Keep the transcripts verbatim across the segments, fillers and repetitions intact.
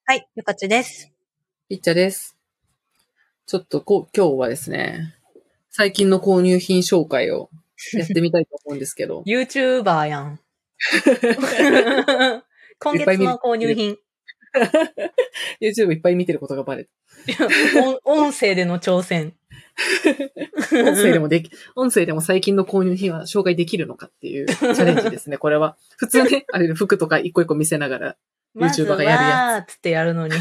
はい、ゆかちです。 ピッチャです。ちょっとこ今日はですね、最近の購入品紹介をやってみたいと思うんですけど。 YouTuber やん。今いっぱい見月の購入る。 品。 YouTube いっぱい見てることがバレた。 音音声での挑戦。 音声でもでき、音声でも最近の購入品は紹介できるのかっていうチャレンジですね、これは。普通ね、あれ服とか一個一個見せながらまず YouTuber がやるやは、 つ。 つってやるのに。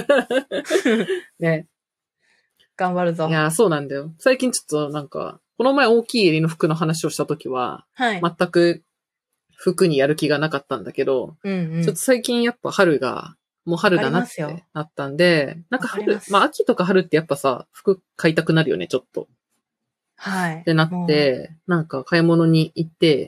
ね。 頑張るぞ。 いやー、そうなんだよ。最近ちょっとなんか、この前大きい襟の服の話をしたときは、 はい。 全く服にやる気がなかったんだけど、 うんうん、 ちょっと最近やっぱ春が、もう春だなっわかりますよ。 てなったんで、なんか春、 わかります。 まあ秋とか春ってやっぱさ、服買いたくなるよね、ちょっと。 はい。 ってなって、なんか買い物に行って、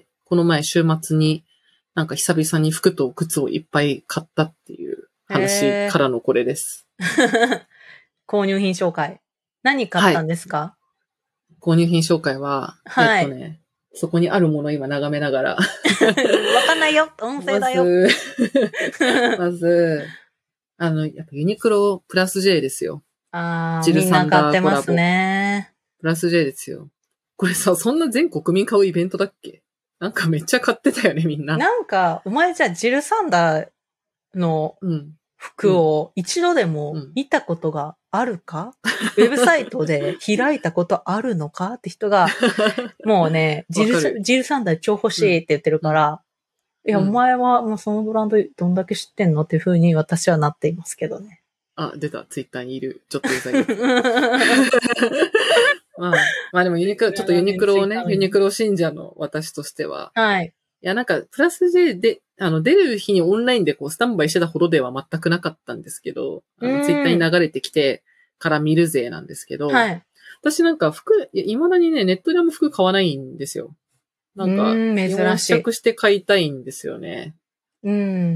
この前週末になんか久々に服と靴をいっぱい買ったっていう話へからのこれです。 ー購入品紹介。何買ったんはい。 ですか？ 購入品紹介は、えっはい。 とね、そこにあるものを今眺めながら。 わかんないよ。音声まだよ。 ず、まず、あの、やっぱユニクロプラス J ですよ。 あー、 ジルサみんな買っンダーコてますラボ。 ね。 プラス J ですよ。これさ、そんな全国民買うイベントだっけ？なんかめっちゃ買ってたよね、みんな。 なんか、お前じゃあジルサンダーのうん。 服を一度でもうん。 見たことがあるか？ウェブサイトで開いたことあるのかって人が、もうね、ジルサ、 わかる。 ジルサンダー超欲しうん。 いって言ってるうん。 から、いや、おうん。 前はもうそのブランドどんだけ知ってんのっていう風に私はなっていますけどね。 あ、出た。ツイッターにいる。ちょっとうざいやつ。まあ、まあでもユニクロ、ちょっとユニクロをね、ユニクロ信者の私としては、 はい。 いや、なんか、プラス J で、あの、出る日にオンラインでこう、スタンバイしてたほどでは全くなかったんですけど、あの、ツイッターに流れてきてから見るぜなんですけど、 はい。 私なんか服、いまだにね、ネットでも服買わないんですよ。なんか、 うーん、 基本珍しい。 試着して買いたいんですよね。 うん。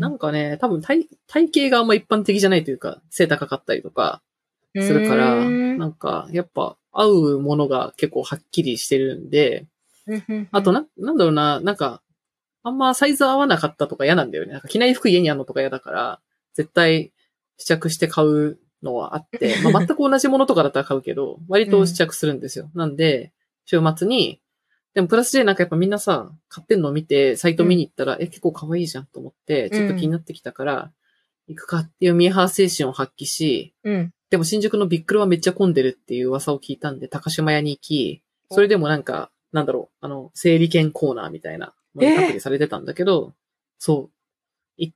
なんかね、多分体、体型があんま一般的じゃないというか、背高かったりとかうするから、 ーん。 なんか、やっぱ合うものが結構はっきりしてるんで、あとな、なんだろうな、なんか、あんまサイズ合わなかったとか嫌なんだよね。なんか着ない服家にあるのとか嫌だから、絶対試着して買うのはあって、まあ、全く同じものとかだったら買うけど、割と試着するんですよ。なんで、週末に、でもプラス J なんかやっぱみんなさ、買ってんのを見て、サイト見に行ったら、え、結構可愛いじゃんと思って、ちょっと気になってきたから、行くかっていうミーハー精神を発揮し、 うん。 でも新宿のビックルはめっちゃ混んでるっていう噂を聞いたんで、高島屋に行き、それでもなんか、なんだろう、あの、整理券コーナーみたいなのに隔離されてたんだけど、そう、行って、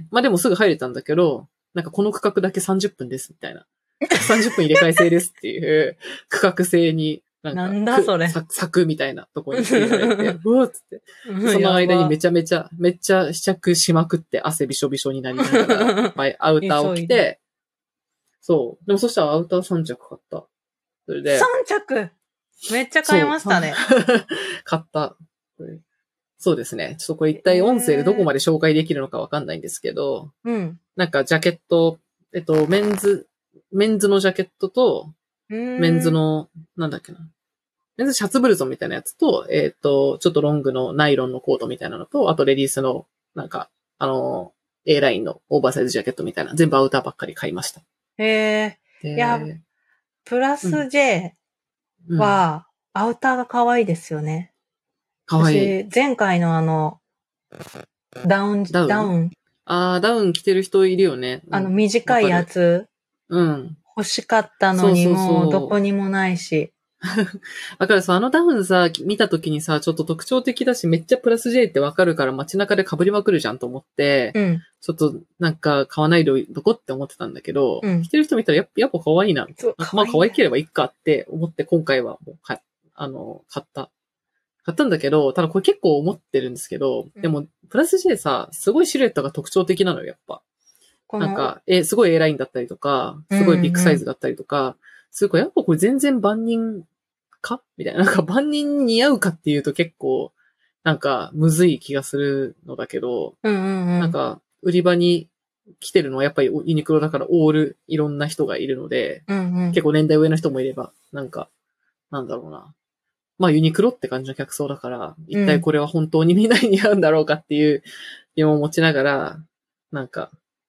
まあでもすぐ入れたんだけど、なんかこの区画だけさんじゅっぷんですみたいな。さんじゅっぷん入れ替え制ですっていう区画制になんか、 なんだそれ。 柵みたいなとこに入れられて、うわっつって。その間にめちゃめちゃ、めっちゃ試着しまくって汗びしょびしょになりながら、いっぱいアウターを着て、そう。でもそしたらアウターさん着買った。それで。 さん着めっちゃ買いましたね。 買った。そうですね。ちょっとこれ一体音声でどこまで紹介できるのかわかんないんですけど、 うん。 なんかジャケット、えっと、メンズ、メンズのジャケットと、メンズの、なんだっけな。メンズシャツブルゾンみたいなやつと、えっと、ちょっとロングのナイロンのコートみたいなのと、あとレディースの、なんか、あの、A ラインのオーバーサイズジャケットみたいな、全部アウターばっかり買いました。 へえ。いや、プラス J は、アウターが可愛いですよね。 可愛い。 私、前回のあの、ダウン、 ダウンダウン。 あー、ダウン着てる人いるよね。 あの、短いやつ。 うん。 欲しかったのにもうどこにもないし。 だからさ、あのダウンさ、見たときにさ、ちょっと特徴的だし、めっちゃプラス J ってわかるから街中で被りまくるじゃんと思って、 うん。 ちょっとなんか買わないでどこって思ってたんだけど、うん、着てる人見たらやっぱ、やっぱ可愛いな。まあ可愛ければいいかって思って今回はもうか、あの、買った。買ったんだけど、ただこれ結構思ってるんですけど、うん、でも、プラス J さ、すごいシルエットが特徴的なのよ、やっぱ。なんか、え、すごい A ラインだったりとか、すごいビッグサイズだったりとか、うんうん、すごい、やっぱこれ全然万人かみたいな。なんか万人に合うかっていうと結構、なんか、むずい気がするのだけど、 うんうんうん、 なんか、売り場に来てるのはやっぱりユニクロだからオールいろんな人がいるので、 うんうん、 結構年代上の人もいれば、なんか、なんだろうな。まあユニクロって感じの客層だから、一体これは本当にみんなに似合うんだろうかっていう疑問を持ちながら、なんか、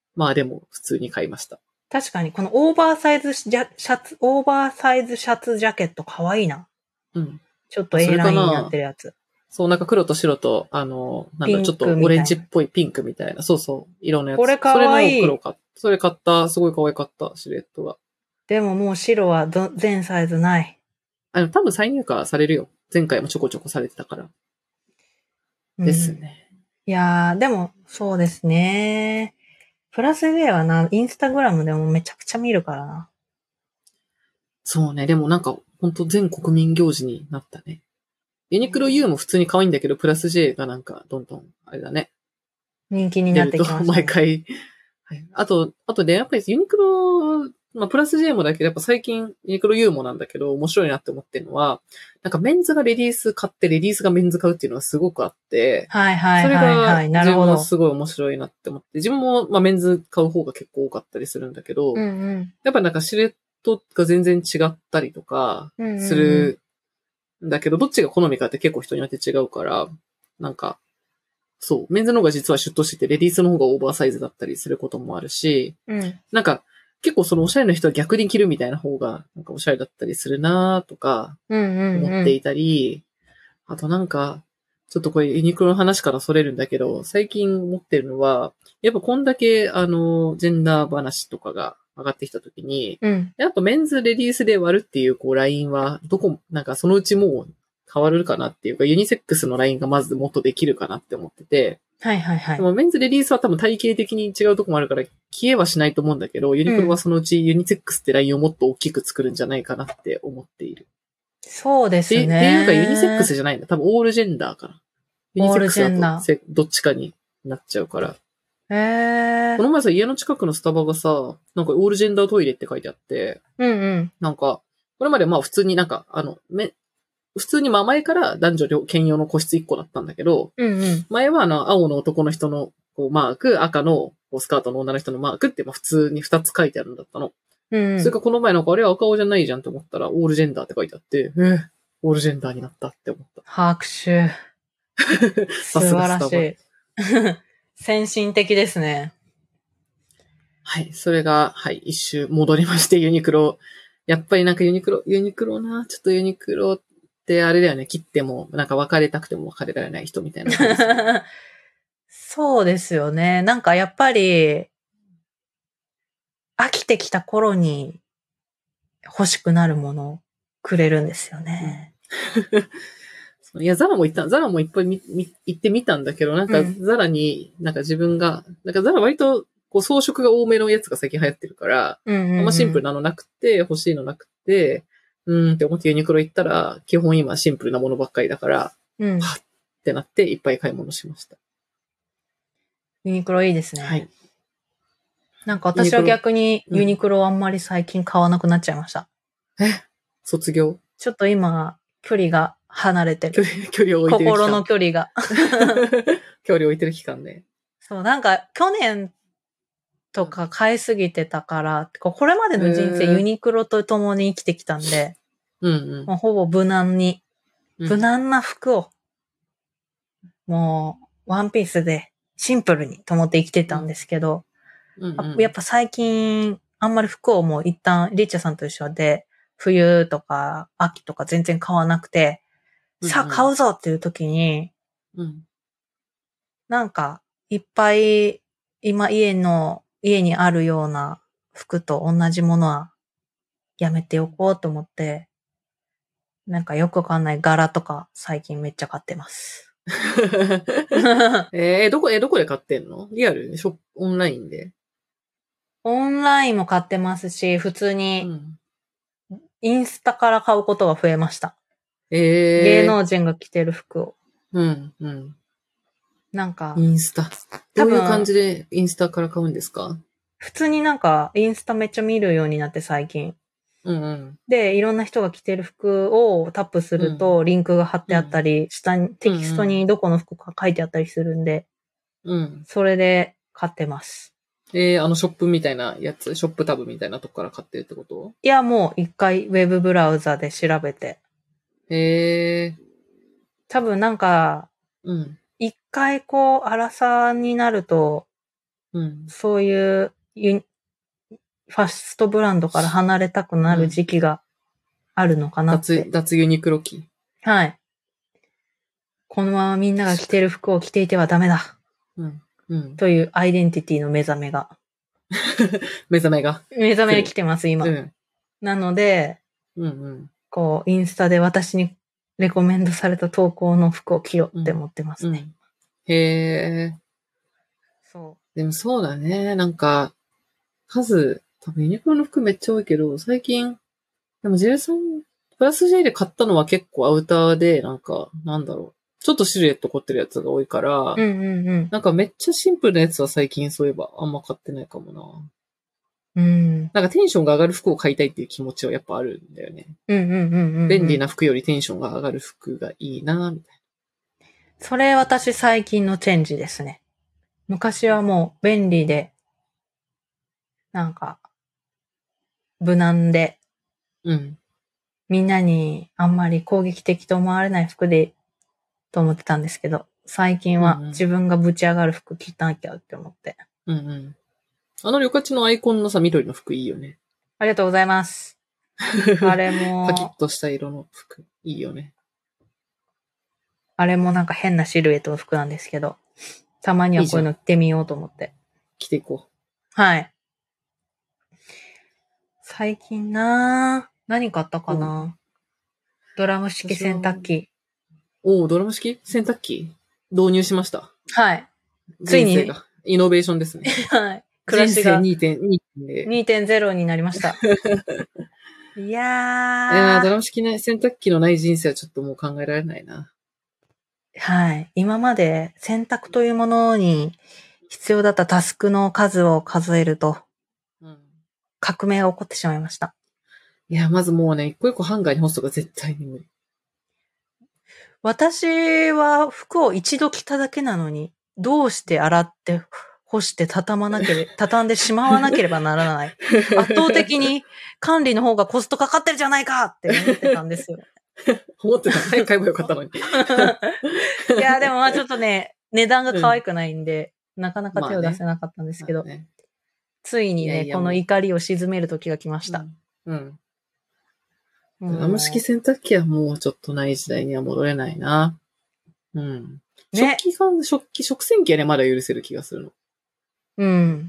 まあでも普通に買いました。 確かに、このオーバーサイズシャツ、オーバーサイズシャツジャケットかわいいな。 うん。 ちょっと A ラインになってるやつ。 そう、なんか黒と白と、あの、なんだ、ちょっとオレンジっぽいピンクみたいな、そうそう、色のやつ。 これかわいい。 それの黒か、それ買った、すごい可愛かった、シルエットが。 でももう白はど全サイズない。 あの、多分再入荷されるよ。前回もちょこちょこされてたから。うん、ですね。 いやー、でも、そうですね。プラス J はな、インスタグラムでもめちゃくちゃ見るからな。 そうね。でもなんか、ほんと全国民行事になったね。ユニクロ U も普通に可愛いんだけど、プラス J がなんか、どんどん、あれだね。 人気になってきましたね。 毎回。はい。あと、あとで、やっぱりユニクロ、まあ、プラス J もだけど、やっぱ最近、ユニクロ U もなんだけど、面白いなって思ってるのは、なんかメンズがレディース買って、レディースがメンズ買うっていうのがすごくあって、 はいはいはいはい。なるほど。 自分もすごい面白いなって思って、自分もまあメンズ買う方が結構多かったりするんだけど、 うんうん、 やっぱなんかシルエットが全然違ったりとか、するんだけど、どっちが好みかって結構人によって違うから、なんか、そう、メンズの方が実はシュッとしてて、レディースの方がオーバーサイズだったりすることもあるし、 うん、 なんか、結構そのおしゃれな人は逆に着るみたいな方が、なんかおしゃれだったりするなとか、思っていたり、あとなんか、ちょっとこれユニクロの話からそれるんだけど、最近思ってるのは、やっぱこんだけ、あの、ジェンダー話とかが上がってきたときに、 うん、 やっぱメンズレディースで割るっていう、こう、ラインは、どこ、なんかそのうちもう変わるかなっていうか、ユニセックスのラインがまずもっとできるかなって思ってて、 はいはいはい。 でもメンズレディースは多分体系的に違うとこもあるから、消えはしないと思うんだけど、ユニクロはそのうちユニセックスってラインをもっと大きく作るんじゃないかなって思っている。 そうですね。 っていうかユニセックスじゃないんだ。多分オールジェンダーかな。ユニセックスだとどっちかになっちゃうから。 へー。 この前さ、家の近くのスタバがさ、なんかオールジェンダートイレって書いてあって、 うんうん。 なんか、これまでまあ普通になんか、あの、め、普通にまあ前から男女兼用の個室いっこだったんだけど、 うんうん、 前はあの、青の男の人のこうマーク、赤のこうスカートの女の人のマークってまあ普通にふたつ書いてあるんだったの。うんうん、それかこの前なんかあれは赤青じゃないじゃんって思ったら、オールジェンダーって書いてあって、えー、オールジェンダーになったって思った。 拍手。素晴らしい。先進的ですね。 はい。それが、はい。一周戻りまして、ユニクロ。やっぱりなんかユニクロ、ユニクロな、ちょっとユニクロってあれだよね。切っても、なんか別れたくても別れられない人みたいな感じ、ね。 そうですよね。なんかやっぱり、飽きてきた頃に欲しくなるものをくれるんですよね。 うん、いや、ザラも行った、ザラもいっぱいみみ行ってみたんだけど、なんかザラに、なんか自分が、なんかザラ割と、こう装飾が多めのやつが最近流行ってるから、 うんうんうん、 あんまシンプルなのなくて、欲しいのなくて、うーんって思ってユニクロ行ったら、基本今シンプルなものばっかりだから、うん、はっってなっていっぱい買い物しました。 ユニクロいいですね。はい。なんか私は逆にユニクロあんまり最近買わなくなっちゃいました。 うん、え卒業ちょっと今、距離が離れてる。 距離、距離を置いてる期間。 心の距離が。 距離を置いてる期間ね。 そう、なんか去年とか買いすぎてたから、これまでの人生ユニクロと共に生きてきたんで、 うんうん、 もうほぼ無難に、無難な服を、うん、もうワンピースでシンプルにと思って生きてたんですけど、うんうんうん、やっぱ最近あんまり服をもう一旦リッチャさんと一緒で、冬とか秋とか全然買わなくて、うんうん、さあ買うぞっていう時に、うん、なんかいっぱい今家の、家にあるような服と同じものはやめておこうと思って、なんかよくわかんない柄とか最近めっちゃ買ってます。 えー、どこ、え、どこで買ってんの？リアルショップ、オンラインで？ オンラインも買ってますし、普通に、インスタから買うことが増えました。えー、芸能人が着てる服を。 うん、うん。 なんか、 インスタ。どういう感じでインスタから買うんですか？ 普通になんか、インスタめっちゃ見るようになって最近。うんうん、で、いろんな人が着てる服をタップすると、リンクが貼ってあったり、うん、下に、テキストにどこの服か書いてあったりするんで、うん、それで買ってます。 えー、あのショップみたいなやつ、ショップタブみたいなとこから買ってるってこと？ いや、もう一回ウェブブラウザで調べて。 へー。 多分なんか、うん。一回こう、荒さになると、 うん、 そういうユファストブランドから離れたくなる時期があるのかなって。 うん、脱、脱ユニクロ期。 はい。このままみんなが着てる服を着ていてはダメだ。 うん。うん。 というアイデンティティの目覚めが。 目覚めが。 目覚めが来てます、今。 うん。なので、 うんうん。 こう、インスタで私にレコメンドされた投稿の服を着ようって思ってますね。うんうん、 へえ。そう。でもそうだね。なんか、数、多分ユニクロの服めっちゃ多いけど、最近、でもじゅうさん、プラス J で買ったのは結構アウターで、なんか、なんだろう。ちょっとシルエット凝ってるやつが多いから、 うんうんうん、 なんかめっちゃシンプルなやつは最近そういえばあんま買ってないかもな。 うん。 なんかテンションが上がる服を買いたいっていう気持ちはやっぱあるんだよね。 うんうんうんうん、うん。 便利な服よりテンションが上がる服がいいな、みたいな。それ私最近のチェンジですね。昔はもう便利で、なんか、無難で、 うん。 みんなにあんまり攻撃的と思われない服で、と思ってたんですけど、最近は自分がぶち上がる服着なきゃって思って。 うんうん。あの旅客地のアイコンのさ、緑の服いいよね。 ありがとうございます。あれも、 パキッとした色の服、いいよね。 あれもなんか変なシルエットの服なんですけど、たまにはこういうの着てみようと思って。 着ていこう。 はい。最近なぁ。何買ったかな、うん、ドラム式洗濯機。 おー、ドラム式洗濯機導入しました。 はい。ついに。 イノベーションですね。 はい。暮らしがにてんゼロになりました。いやー。 いやー、ドラム式ね、洗濯機のない人生はちょっともう考えられないな。 はい。今まで洗濯というものに必要だったタスクの数を数えると、うん、革命が起こってしまいました。 いや、まずもうね、一個一個ハンガーに干すとか絶対に無理。 私は服を一度着ただけなのに、どうして洗って干して畳まなければ、畳んでしまわなければならない。圧倒的に管理の方がコストかかってるじゃないかって思ってたんですよ。 思ってた。早く買えばよかったのに。 いや、でもまあちょっとね、値段が可愛くないんで、うん、なかなか手を出せなかったんですけど、まあねまあね、ついにねいやいや、この怒りを鎮める時が来ました。うん。うんドラム式洗濯機はもうちょっとない時代には戻れないな。うん。ね、食器が、食器、食洗機はね、まだ許せる気がするの。 うん。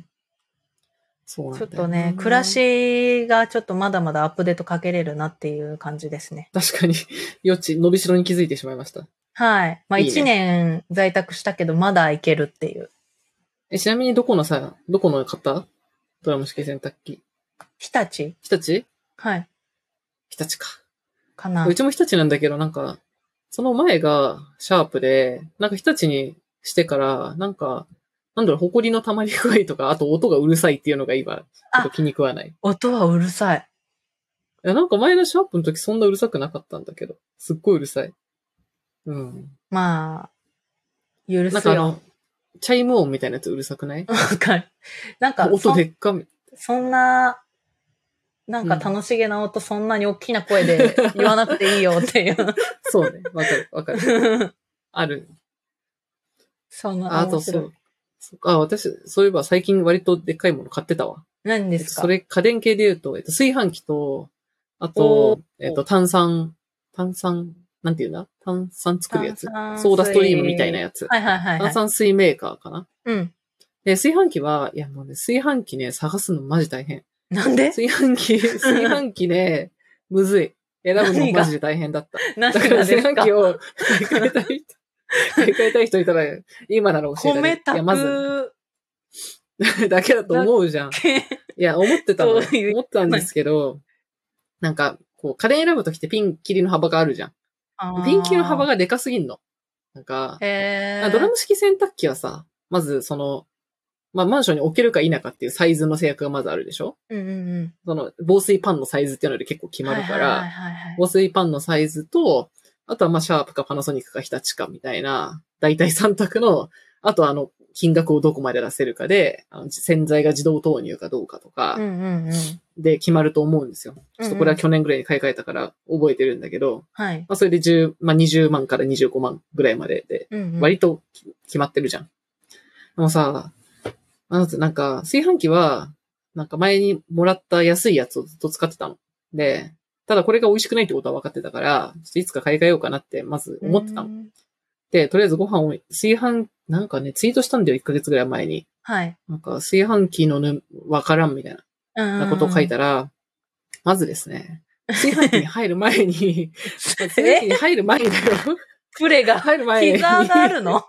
そうなんだよね。ちょっとね、暮らしがちょっとまだまだアップデートかけれるなっていう感じですね。 確かに、余地、伸びしろに気づいてしまいました。 はい。まあいちねん在宅したけど、まだいけるっていう。 え、ちなみにどこのさ、どこの方ドラム式洗濯機。 日立日立はい。 日立か。 かな。 うちも日立なんだけど、なんか、その前がシャープで、なんか日立にしてから、なんか、なんだろう、埃の溜まり具合とか、あと音がうるさいっていうのが今、ちょっと気に食わない。 音はうるさい。 いや、なんか前のシャープの時そんなうるさくなかったんだけど、すっごいうるさい。うん。 まあ、許すよ。 なんかあの、チャイム音みたいなやつうるさくない？ わかる。なんか、 音でっかみ。 そんな、なんか楽しげな音、そんなに大きな声で言わなくていいよっていう。 そうね。わかる、わかる。ある。 そんな。 あ、あとそう。あ、私、そういえば最近割とでっかいもの買ってたわ。 何ですか？ それ、家電系で言うと、えっと、炊飯器と、あと、えっと、炭酸、炭酸、なんていうんだ炭酸作るやつ。ソーダストリームみたいなやつ。 はいはいはい、はい。 炭酸水メーカーかな。 うん。 で、炊飯器は、いやもうね、炊飯器ね、探すのマジ大変。 なんで？ 炊飯器、炊飯器ね、むずい。選ぶのマジで大変だった。だから炊飯器を買い替えたい人、買い替えたい人いたら、今なら教えてあげる。いや、まず、だけだと思うじゃん。いや、思ってたの。思ったんですけど、なんか、こう、家電選ぶときってピン切りの幅があるじゃん。ピン切りの幅がでかすぎんの。なんか、ドラム式洗濯機はさ、まずその、まあ、マンションに置けるか否かっていうサイズの制約がまずあるでしょ？うんうんうん。その、防水パンのサイズっていうので結構決まるから、防水パンのサイズと、あとはまあ、シャープかパナソニックか日立かみたいな、だいたいさん択の、あとはあの、金額をどこまで出せるかで、あの洗剤が自動投入かどうかとか、で決まると思うんですよ。ちょっとこれは去年ぐらいに買い替えたから覚えてるんだけど、はい。まあ、それでじゅう、まあ、にじゅうまんからにじゅうごまんぐらいまでで、割と決まってるじゃん。でもさ、 まずなんか、炊飯器は、なんか前にもらった安いやつをずっと使ってたの。で、ただこれが美味しくないってことは分かってたから、ちょっといつか買い替えようかなってまず思ってたの。で、とりあえずご飯を、炊飯、なんかね、ツイートしたんだよ、いっかげつぐらい前に。 はい。 なんか、炊飯器のぬ、わからんみたいな、なことを書いたら、まずですね、炊飯器に入る前に、炊飯器に入る前にだよ。 プレが、入る前に。膝があるの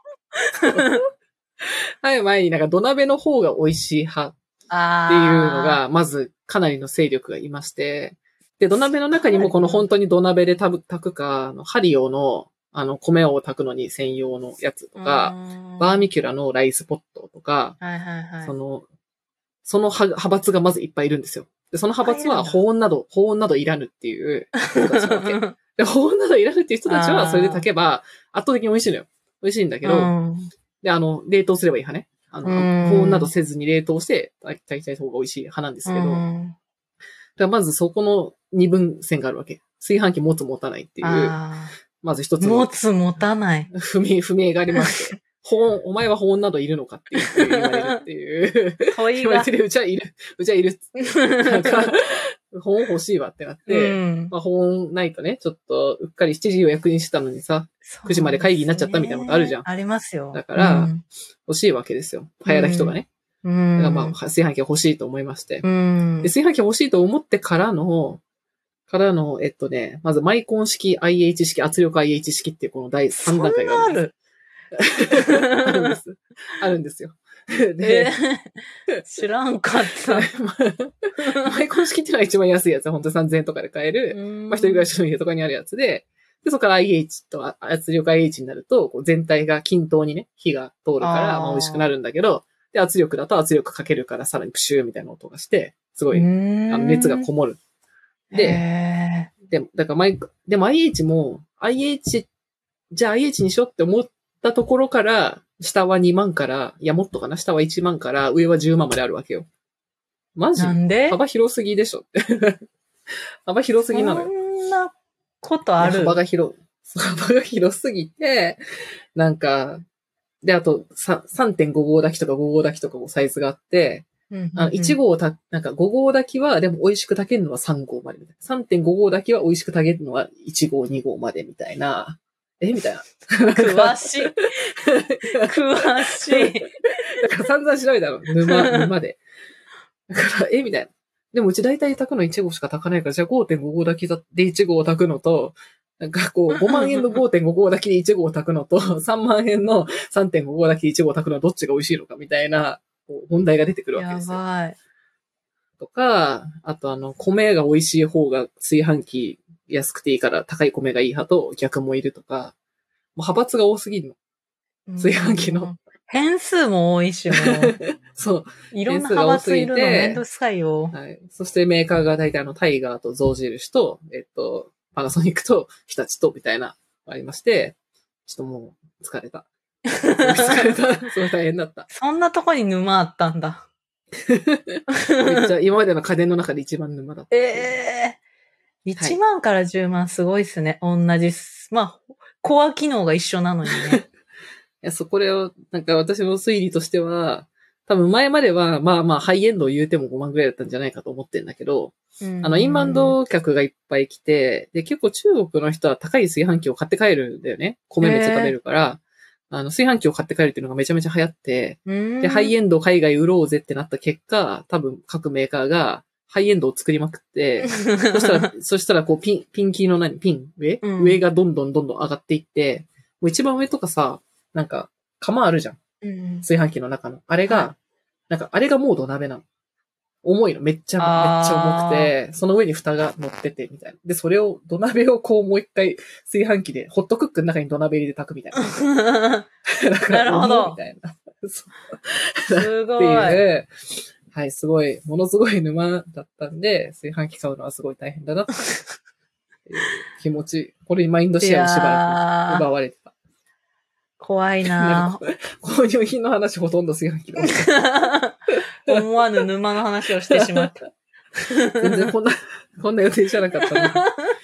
入る前になんか土鍋の方が美味しい派っていうのが、まずかなりの勢力がいまして、で、土鍋の中にもこの本当に土鍋で炊くか、あのハリオのあの米を炊くのに専用のやつとか、バーミキュラのライスポットとか、 はいはいはい、 その、その派閥がまずいっぱいいるんですよ。で、その派閥は保温など、保温などいらぬっていう人たちなわけ。で、保温などいらぬっていう人たちはそれで炊けば圧倒的に美味しいのよ。美味しいんだけど、で、あの、冷凍すればいい派ね。あの、保温などせずに冷凍して炊いた方が美味しい派なんですけど、だからまずそこの二分線があるわけ。炊飯器持つ持たないっていう、まず一つの。 持つ持たない。 不明、不明がありまして。保温、お前は保温などいるのかっていう言われるっていう。 問いが。 言われてる、うちはいる。うちはいる。なんか、保温欲しいわってなって、うん、まあ保温ないとね、ちょっとうっかりしちじ予約にしてたのにさ、くじまで会議になっちゃったみたいなことあるじゃん。 ありますよ。 だから、うん、欲しいわけですよ。流行ら人がね。うん、だからまあ、炊飯器欲しいと思いまして。うん、で炊飯器欲しいと思ってからの、からの、えっとね、まずマイコン式、アイエイチ 式、圧力 アイエイチ 式っていうこの第さん段階があるんです。あるんです。あるんですよ。 で、えー、知らんかった。 マイコン式っていうのが一番安いやつは本当にさんぜんえんとかで買える、まあ一人暮らしの家とかにあるやつで、で、そこから アイエイチ と圧力 アイエイチ になると、こう全体が均等にね、火が通るから、まあ美味しくなるんだけど、で、圧力だと圧力かけるからさらにプシューみたいな音がして、すごい、あの熱がこもる。で、で、だからマイ、でも アイエイチ も、アイエイチ、じゃあ アイエイチ にしようって思ったところから、下はにまんから、いやもっとかな、下はいちまんから、上はじゅうまんまであるわけよ。マジなんで幅広すぎでしょって。幅広すぎなのよ。 そんなことある？ 幅が広、幅が広すぎて、なんか、で、あと、さ さんてんご 号炊きとかご号炊きとかもサイズがあって、うんうんうん、あのいち号た、なんかご号炊きはでも美味しく炊けるのはさん号までみたいな。さんてんご 号炊きは美味しく炊けるのはいち号、に号までみたいな。えみたいな。 詳しい。詳しい。 だから散々調べたの。沼、沼で。だから、えみたいな。でもうち大体炊くのいち号しか炊かないから、じゃあ ごてんご 号炊きでいち号炊くのと、なんかこう、ごまんえんの ごてんご 号炊きでいち号炊くのと、さんまんえんの さんてんご 号炊きでいち号炊くのはどっちが美味しいのかみたいな、問題が出てくるわけですよ。 やばい。 とか、あとあの、米が美味しい方が炊飯器安くていいから高い米がいい派と逆もいるとか、もう派閥が多すぎるの。炊飯器の。 変数も多いし、もう。 そう。 いろんな派閥いるのめんどくさいよ。 はい。そしてメーカーが大体あの、タイガーと象印と、えっと、パナソニックと日立と、みたいな、ありまして、ちょっともう、疲れた。疲れた。すごい大変だった。 そんなとこに沼あったんだ。 めっちゃ、今までの家電の中で一番沼だった。 ええー。いちまんからじゅうまんすごいっすね。同じ、まあ、コア機能が一緒なのにね。 いや、そこれを、なんか私の推理としては、多分前までは、まあまあ、ハイエンドを言うてもごまんぐらいだったんじゃないかと思ってんだけど、あの、インバウンド客がいっぱい来て、で、結構中国の人は高い炊飯器を買って帰るんだよね。米めっちゃ食べるから、えー、あの、炊飯器を買って帰るっていうのがめちゃめちゃ流行って、で、ハイエンド海外売ろうぜってなった結果、多分各メーカーがハイエンドを作りまくって、そしたら、そしたらこうピン、ピンキーの何ピン上、うん、上がどんどんどんどん上がっていって、もう一番上とかさ、なんか、釜あるじゃん。うん、炊飯器の中の。あれが、はい、なんか、あれがもう土鍋なの。重いの。めっちゃ、めっちゃ重くて、その上に蓋が乗ってて、みたいな。で、それを、土鍋をこうもう一回、炊飯器で、ホットクックの中に土鍋入れて炊くみたいな。だからなるほど。 みたいな。 すごい。 っていう、はい、すごい、ものすごい沼だったんで、炊飯器買うのはすごい大変だなっていう気持ち。これにマインドシェアをしばらく奪われてた。 怖いなぁ。 購入品の話ほとんど炊飯器だ。 思わぬ沼の話をしてしまった。 全然こんな、こんな予定じゃなかったな。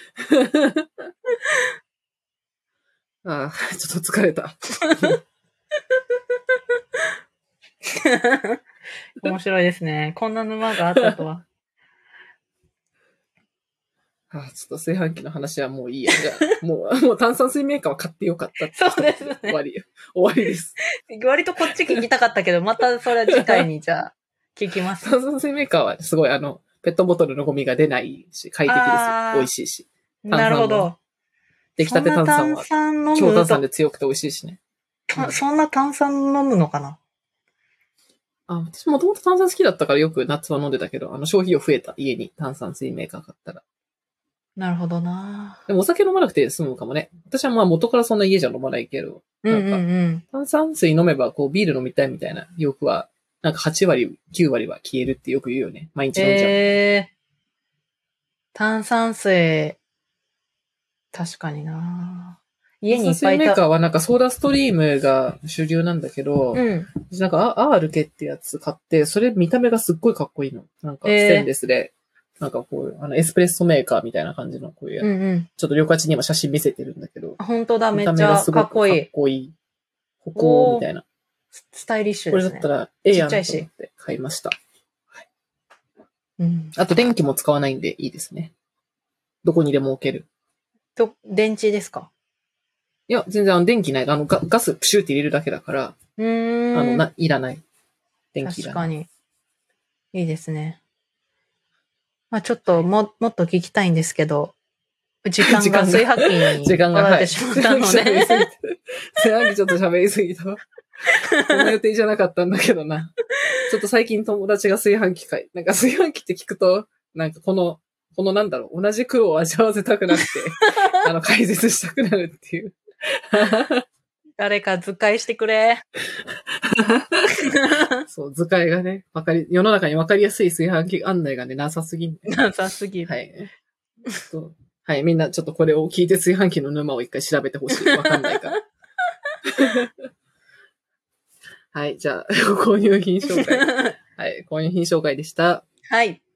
ああ、ちょっと疲れた。 面白いですね。こんな沼があったとは。 ああ、ちょっと炊飯器の話はもういいや。じゃあ、もう、もう炭酸水メーカーは買ってよかったって。 そうですね。 終わり。終わりです。 割とこっち聞きたかったけど、またそれは次回にじゃあ、聞きます。 炭酸水メーカーはすごいあの、ペットボトルのゴミが出ないし、快適ですよ。美味しいし。 なるほど。 出来たて炭酸は、強炭酸で強くて美味しいしね。 うん、そんな炭酸飲むのかな？ あ、私もともと炭酸好きだったからよく夏は飲んでたけど、あの消費量増えた。家に炭酸水メーカー買ったら。 なるほどな。 でもお酒飲まなくて済むかもね。私はまあ元からそんな家じゃ飲まないけど、なんか、炭酸水飲めばこうビール飲みたいみたいな欲は、なんかはち割、きゅう割は消えるってよく言うよね。毎日飲んじゃう。えー、 炭酸水、確かにな。家にいっぱい炭酸水メーカーはなんかソーダストリームが主流なんだけど、うん、なんか R ケってやつ買って、それ見た目がすっごいかっこいいの。なんかステンレスで。えーなんかこういう、あの、エスプレッソメーカーみたいな感じの、こういう、うんうん、ちょっと両価値に今写真見せてるんだけど。 本当だ、めっちゃかっこいい。 かっこいい。歩行みたいな。 スタイリッシュですね。 これだったら、ええやんと思って買いました。はい。うん。あと電気も使わないんでいいですね。どこにでも置ける。 と、電池ですか？ いや、全然あの電気ない。あのガ、ガスプシューって入れるだけだから、うーん。あの、な、いらない。電気いらない。確かに。 いいですね。まあちょっとも、もっと聞きたいんですけど、時間が炊飯器に取られてしまったので。 炊飯器ちょっと喋りすぎた。こんな予定じゃなかったんだけどな。ちょっと最近友達が炊飯器買い、なんか炊飯器って聞くと、なんかこの、このなんだろう、同じ苦労を味わわせたくなって、あの、解説したくなるっていう。 誰か図解してくれ。 そう、図解がね、わかり、世の中にわかりやすい炊飯器案内がね、なさすぎん、 ね。なさすぎる。 はい。そうはい、みんなちょっとこれを聞いて炊飯器の沼を一回調べてほしい。わかんないから。はい、じゃあ、購入品紹介。はい、購入品紹介でした。 はい。